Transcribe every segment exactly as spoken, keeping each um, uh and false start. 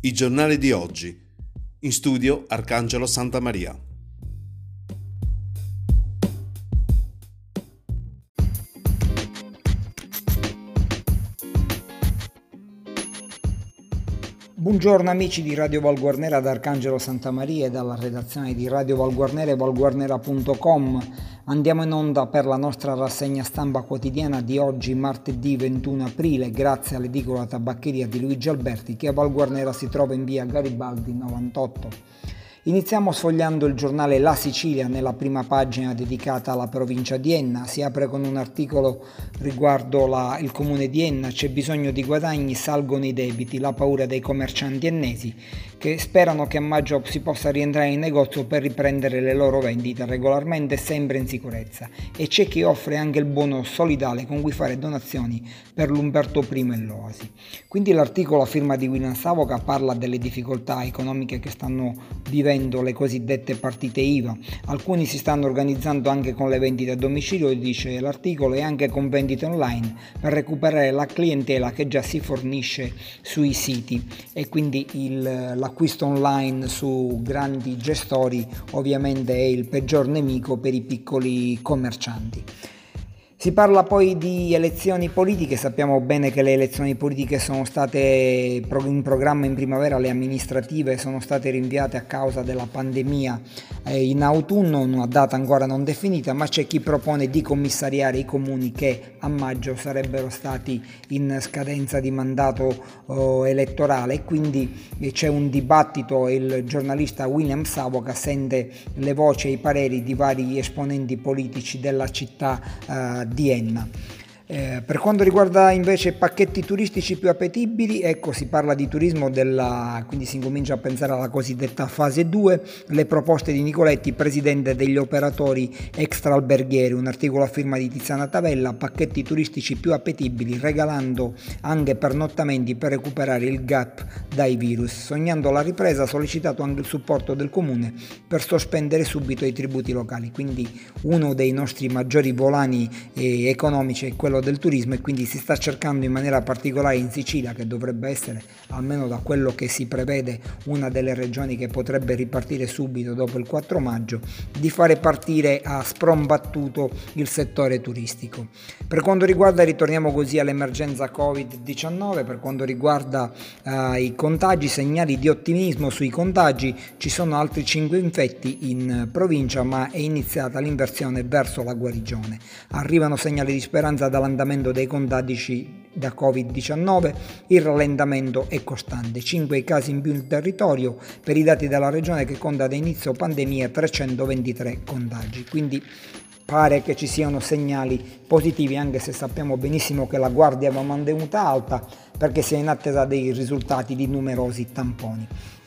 I giornali di oggi. In studio Arcangelo Santamaria. Buongiorno amici di Radio Val Guarnera da Arcangelo Santamaria e dalla redazione di Radio Val Guarnera e valguarnera punto com. Andiamo in onda per la nostra rassegna stampa quotidiana di oggi, martedì ventuno aprile, grazie all'edicola tabaccheria di Luigi Alberti che a Val Guarnera si trova in via Garibaldi novantotto. Iniziamo sfogliando il giornale La Sicilia nella prima pagina dedicata alla provincia di Enna. Si apre con un articolo riguardo la, il comune di Enna. C'è bisogno di guadagni, salgono i debiti, la paura dei commercianti ennesi che sperano che a maggio si possa rientrare in negozio per riprendere le loro vendite regolarmente e sempre in sicurezza. E c'è chi offre anche il buono solidale con cui fare donazioni per l'Umberto I e l'Oasi. Quindi l'articolo a firma di William Savoca parla delle difficoltà economiche che stanno vivendo le cosiddette partite I V A. Alcuni si stanno organizzando anche con le vendite a domicilio, dice l'articolo, e anche con vendite online per recuperare la clientela che già si fornisce sui siti, e quindi il, l'acquisto online su grandi gestori ovviamente è il peggior nemico per i piccoli commercianti. Si parla poi di elezioni politiche. Sappiamo bene che le elezioni politiche sono state in programma in primavera, le amministrative sono state rinviate a causa della pandemia in autunno, una data ancora non definita, ma c'è chi propone di commissariare i comuni che a maggio sarebbero stati in scadenza di mandato oh, elettorale, e quindi c'è un dibattito. Il giornalista William Savoca sente le voci e i pareri di vari esponenti politici della città uh, di Enna. Eh, per quanto riguarda invece pacchetti turistici più appetibili, ecco, si parla di turismo della, quindi si incomincia a pensare alla cosiddetta fase due, le proposte di Nicoletti, presidente degli operatori extraalberghieri, un articolo a firma di Tiziana Tavella, pacchetti turistici più appetibili, regalando anche pernottamenti per recuperare il gap dai virus. Sognando la ripresa, ha sollecitato anche il supporto del comune per sospendere subito i tributi locali, quindi uno dei nostri maggiori volani eh, economici è quello del turismo, e quindi si sta cercando in maniera particolare in Sicilia, che dovrebbe essere, almeno da quello che si prevede, una delle regioni che potrebbe ripartire subito dopo il quattro maggio, di fare partire a sprombattuto il settore turistico. Per quanto riguarda, ritorniamo così all'emergenza covid diciannove, per quanto riguarda uh, i contagi, segnali di ottimismo sui contagi, ci sono altri cinque infetti in provincia, ma è iniziata l'inversione verso la guarigione. Arrivano segnali di speranza dall'andamento dei contagi da covid diciannove, il rallentamento è costante, cinque i casi in più nel territorio per i dati della regione che conta da inizio pandemia trecentoventitré contagi, quindi pare che ci siano segnali positivi, anche se sappiamo benissimo che la guardia va mantenuta alta perché si è in attesa dei risultati di numerosi tamponi.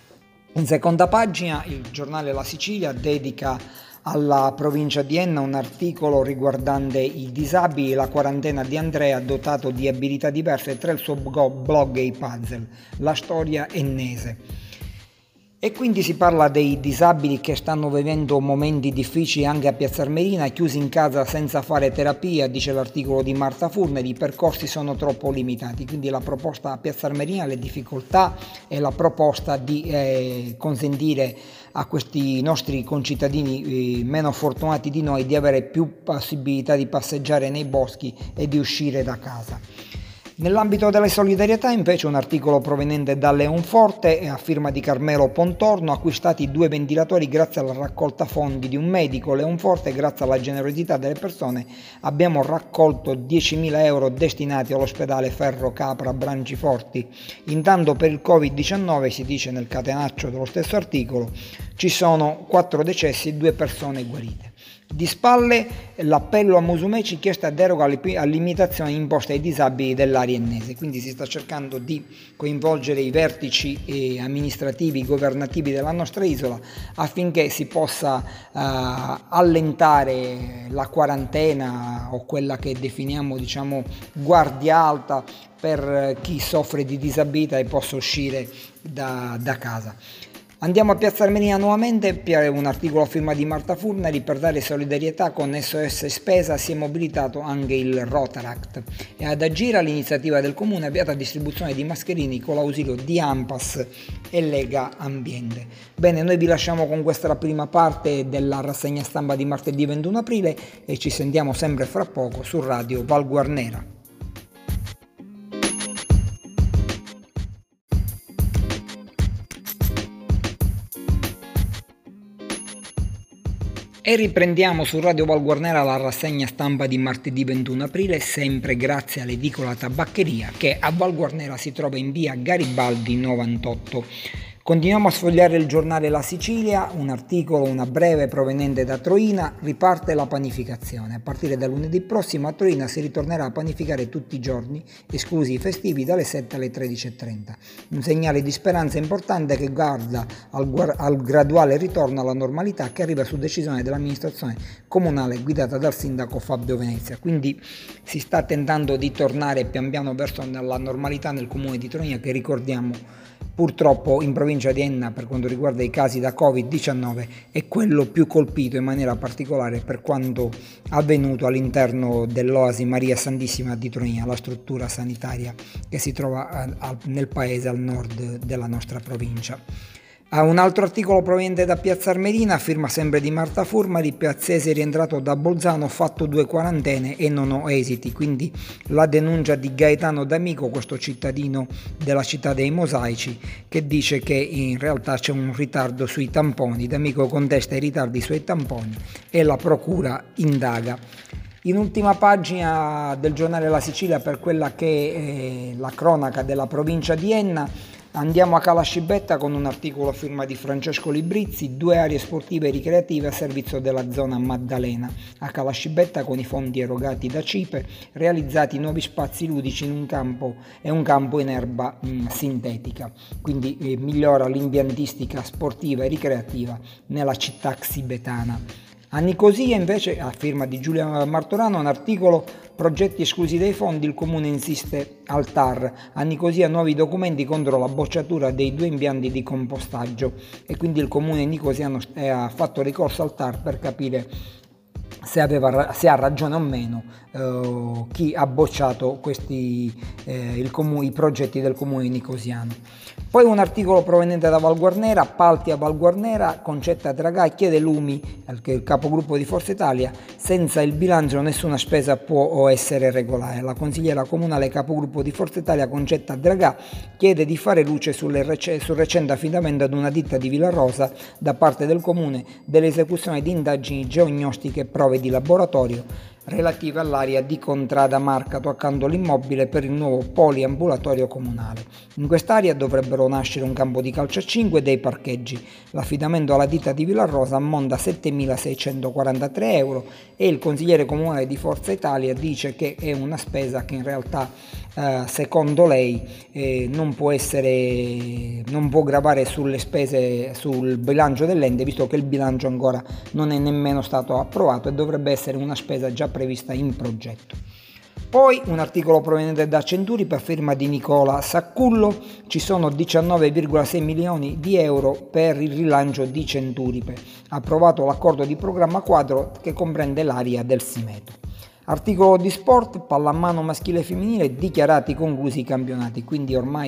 In seconda pagina il giornale La Sicilia dedica alla provincia di Enna un articolo riguardante i disabili, la quarantena di Andrea, dotato di abilità diverse, tra il suo blog e i puzzle, la storia ennese. E quindi si parla dei disabili che stanno vivendo momenti difficili anche a Piazza Armerina, chiusi in casa senza fare terapia, dice l'articolo di Marta Furneri, i percorsi sono troppo limitati, quindi la proposta a Piazza Armerina, le difficoltà e la proposta di eh, consentire a questi nostri concittadini eh, meno fortunati di noi di avere più possibilità di passeggiare nei boschi e di uscire da casa. Nell'ambito delle solidarietà invece un articolo proveniente da Leonforte a firma di Carmelo Pontorno, acquistati due ventilatori grazie alla raccolta fondi di un medico. Leonforte, grazie alla generosità delle persone abbiamo raccolto diecimila euro destinati all'ospedale Ferro Capra Branciforti. Intanto per il covid diciannove, si dice nel catenaccio dello stesso articolo, ci sono quattro decessi e due persone guarite. Di spalle l'appello a Musumeci, chiesta deroga a limitazioni imposte ai disabili dell'area ennese, quindi si sta cercando di coinvolgere i vertici e amministrativi governativi della nostra isola affinché si possa uh, allentare la quarantena, o quella che definiamo diciamo guardia alta, per chi soffre di disabilità e possa uscire da, da casa. Andiamo a Piazza Armerina nuovamente per un articolo a firma di Marta Furnari. Per dare solidarietà con S O S Spesa si è mobilitato anche il Rotaract e ad agire l'iniziativa del Comune avviata a distribuzione di mascherini con l'ausilio di ANPAS e Lega Ambiente. Bene, noi vi lasciamo con questa la prima parte della rassegna stampa di martedì ventuno aprile e ci sentiamo sempre fra poco su Radio Val Guarnera. E riprendiamo su Radio Val Guarnera la rassegna stampa di martedì ventuno aprile, sempre grazie all'edicola Tabaccheria che a Val Guarnera si trova in via Garibaldi novantotto. Continuiamo a sfogliare il giornale La Sicilia, un articolo, una breve proveniente da Troina, riparte la panificazione. A partire da lunedì prossimo a Troina si ritornerà a panificare tutti i giorni, esclusi i festivi, dalle sette alle tredici e trenta. Un segnale di speranza importante che guarda al, gu- al graduale ritorno alla normalità che arriva su decisione dell'amministrazione comunale guidata dal sindaco Fabio Venezia. Quindi si sta tentando di tornare pian piano verso la normalità nel comune di Troina che, ricordiamo, purtroppo in provincia di Enna, per quanto riguarda i casi da covid diciannove, è quello più colpito in maniera particolare per quanto avvenuto all'interno dell'Oasi Maria Santissima di Troina, la struttura sanitaria che si trova a, a, nel paese al nord della nostra provincia. A un altro articolo proveniente da Piazza Armerina, firma sempre di Marta Furnari, Piazzese rientrato da Bolzano, fatto due quarantene e non ho esiti, quindi la denuncia di Gaetano D'Amico, questo cittadino della città dei mosaici, che dice che in realtà c'è un ritardo sui tamponi. D'Amico contesta i ritardi sui tamponi e la procura indaga. In ultima pagina del giornale La Sicilia, per quella che è la cronaca della provincia di Enna, andiamo a Calascibetta con un articolo a firma di Francesco Librizzi, due aree sportive e ricreative a servizio della zona Maddalena. A Calascibetta, con i fondi erogati da CIPE, realizzati nuovi spazi ludici in un campo e un campo in erba mh, sintetica, quindi eh, migliora l'impiantistica sportiva e ricreativa nella città xibetana. A Nicosia invece, a firma di Giulia Martorano, un articolo progetti esclusi dai fondi, il comune insiste al T A R. A Nicosia nuovi documenti contro la bocciatura dei due impianti di compostaggio e quindi il comune nicosiano ha fatto ricorso al T A R per capire se, aveva, se ha ragione o meno eh, chi ha bocciato questi, eh, il comune, i progetti del comune nicosiano. Poi un articolo proveniente da Val Guarnera, appalti a Val Guarnera, Concetta Dragà chiede Lumi, il capogruppo di Forza Italia, senza il bilancio nessuna spesa può essere regolare. La consigliera comunale capogruppo di Forza Italia Concetta Dragà chiede di fare luce sulle rec- sul recente affidamento ad una ditta di Villarosa da parte del comune dell'esecuzione di indagini geognostiche e prove di laboratorio relative all'area di Contrada Marcato accanto all'immobile per il nuovo poliambulatorio comunale. In quest'area dovrebbero nascere un campo di calcio a cinque e dei parcheggi. L'affidamento alla ditta di Villarosa ammonta a settemilaseicentoquarantatré euro e il consigliere comunale di Forza Italia dice che è una spesa che in realtà eh, secondo lei eh, non può essere non può gravare sulle spese sul bilancio dell'ente, visto che il bilancio ancora non è nemmeno stato approvato e dovrebbe essere una spesa già prevista in progetto. Poi un articolo proveniente da Centuri per firma di Nicola Saccullo, ci sono diciannove virgola sei milioni di euro per il rilancio di Centuripe, approvato l'accordo di programma quadro che comprende l'area del Simeto. Articolo di sport, pallamano maschile e femminile, dichiarati conclusi i campionati, quindi ormai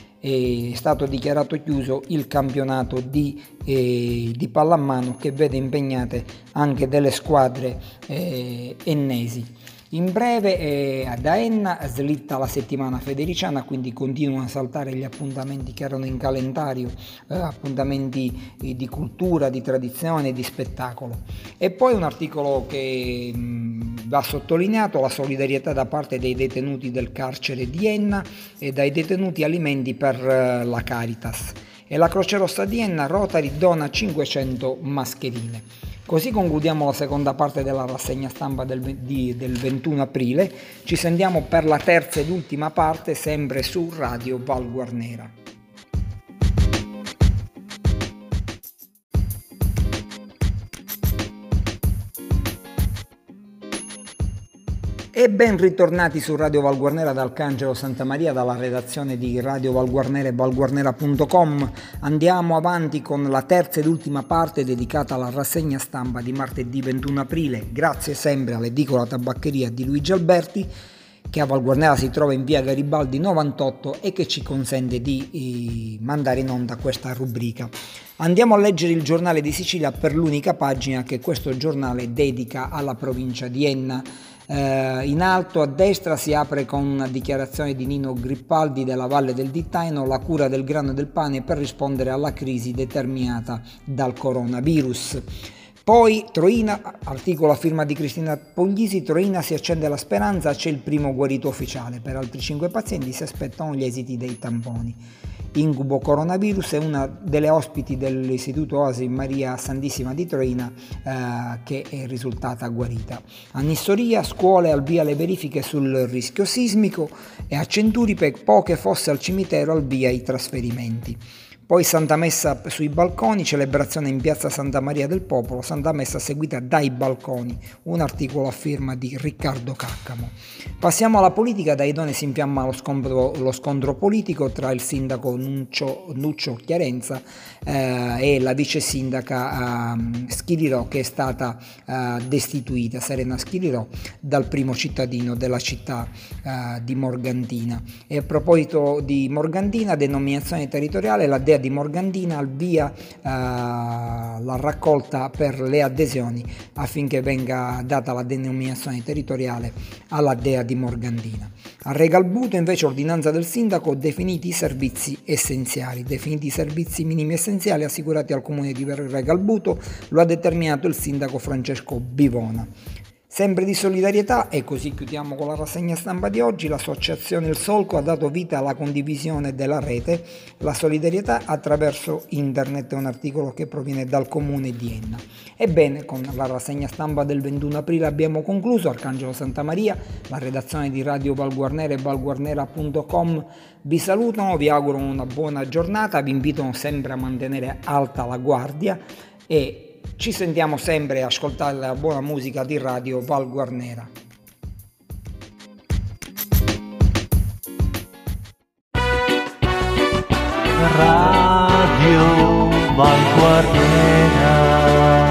è stato dichiarato chiuso il campionato di, eh, di pallamano che vede impegnate anche delle squadre eh, ennesi. In breve, eh, da Enna slitta la settimana federiciana, quindi continuano a saltare gli appuntamenti che erano in calendario, eh, appuntamenti eh, di cultura, di tradizione, di spettacolo. E poi un articolo che mh, va sottolineato, la solidarietà da parte dei detenuti del carcere di Enna e dai detenuti alimenti per eh, la Caritas. E la Croce Rossa di Enna, Rotary, dona cinquecento mascherine. Così concludiamo la seconda parte della rassegna stampa del, di, del ventuno aprile. Ci sentiamo per la terza ed ultima parte, sempre su Radio Val Guarnera. E ben ritornati su Radio Val Guarnera da Arcangelo Santamaria, dalla redazione di Radio Val Guarnera e valguarnera punto com. Andiamo avanti con la terza ed ultima parte dedicata alla rassegna stampa di martedì ventuno aprile, grazie sempre all'edicola tabaccheria di Luigi Alberti, che a Val Guarnera si trova in via Garibaldi novantotto e che ci consente di eh, mandare in onda questa rubrica. Andiamo a leggere il giornale di Sicilia per l'unica pagina che questo giornale dedica alla provincia di Enna. Eh, in alto a destra si apre con una dichiarazione di Nino Grippaldi della Valle del Dittaino: la cura del grano e del pane per rispondere alla crisi determinata dal coronavirus. Poi Troina, articolo a firma di Cristina Puglisi, Troina si accende la speranza, c'è il primo guarito ufficiale, per altri cinque pazienti si aspettano gli esiti dei tamponi. Incubo coronavirus è una delle ospiti dell'Istituto Oasi Maria Santissima di Troina eh, che è risultata guarita. A Nissoria, scuole al via le verifiche sul rischio sismico e a Centuripe poche fosse al cimitero al via i trasferimenti. Poi Santa Messa sui balconi, celebrazione in piazza Santa Maria del Popolo, Santa Messa seguita dai balconi, un articolo a firma di Riccardo Caccamo. Passiamo alla politica, da Idone si infiamma lo scontro, lo scontro politico tra il sindaco Nuccio, Nuccio Chiarenza eh, e la vice sindaca eh, Schilirò, che è stata eh, destituita, Serena Schilirò, dal primo cittadino della città eh, di Morgantina. E a proposito di Morgantina, denominazione territoriale, la dea di Morgantina al via eh, la raccolta per le adesioni affinché venga data la denominazione territoriale alla dea di Morgantina. A Regalbuto invece ordinanza del sindaco, definiti i servizi essenziali, definiti i servizi minimi essenziali assicurati al comune di Regalbuto, lo ha determinato il sindaco Francesco Bivona. Sempre di solidarietà, e così chiudiamo con la rassegna stampa di oggi, l'associazione Il Solco ha dato vita alla condivisione della rete La solidarietà attraverso internet, è un articolo che proviene dal comune di Enna. Ebbene, con la rassegna stampa del ventuno aprile abbiamo concluso. Arcangelo Santamaria, la redazione di Radio Val Guarnera e valguarnera punto com vi salutano, vi auguro una buona giornata, vi invitano sempre a mantenere alta la guardia e ci sentiamo sempre e ascoltare la buona musica di Radio Val Guarnera. Radio Val Guarnera.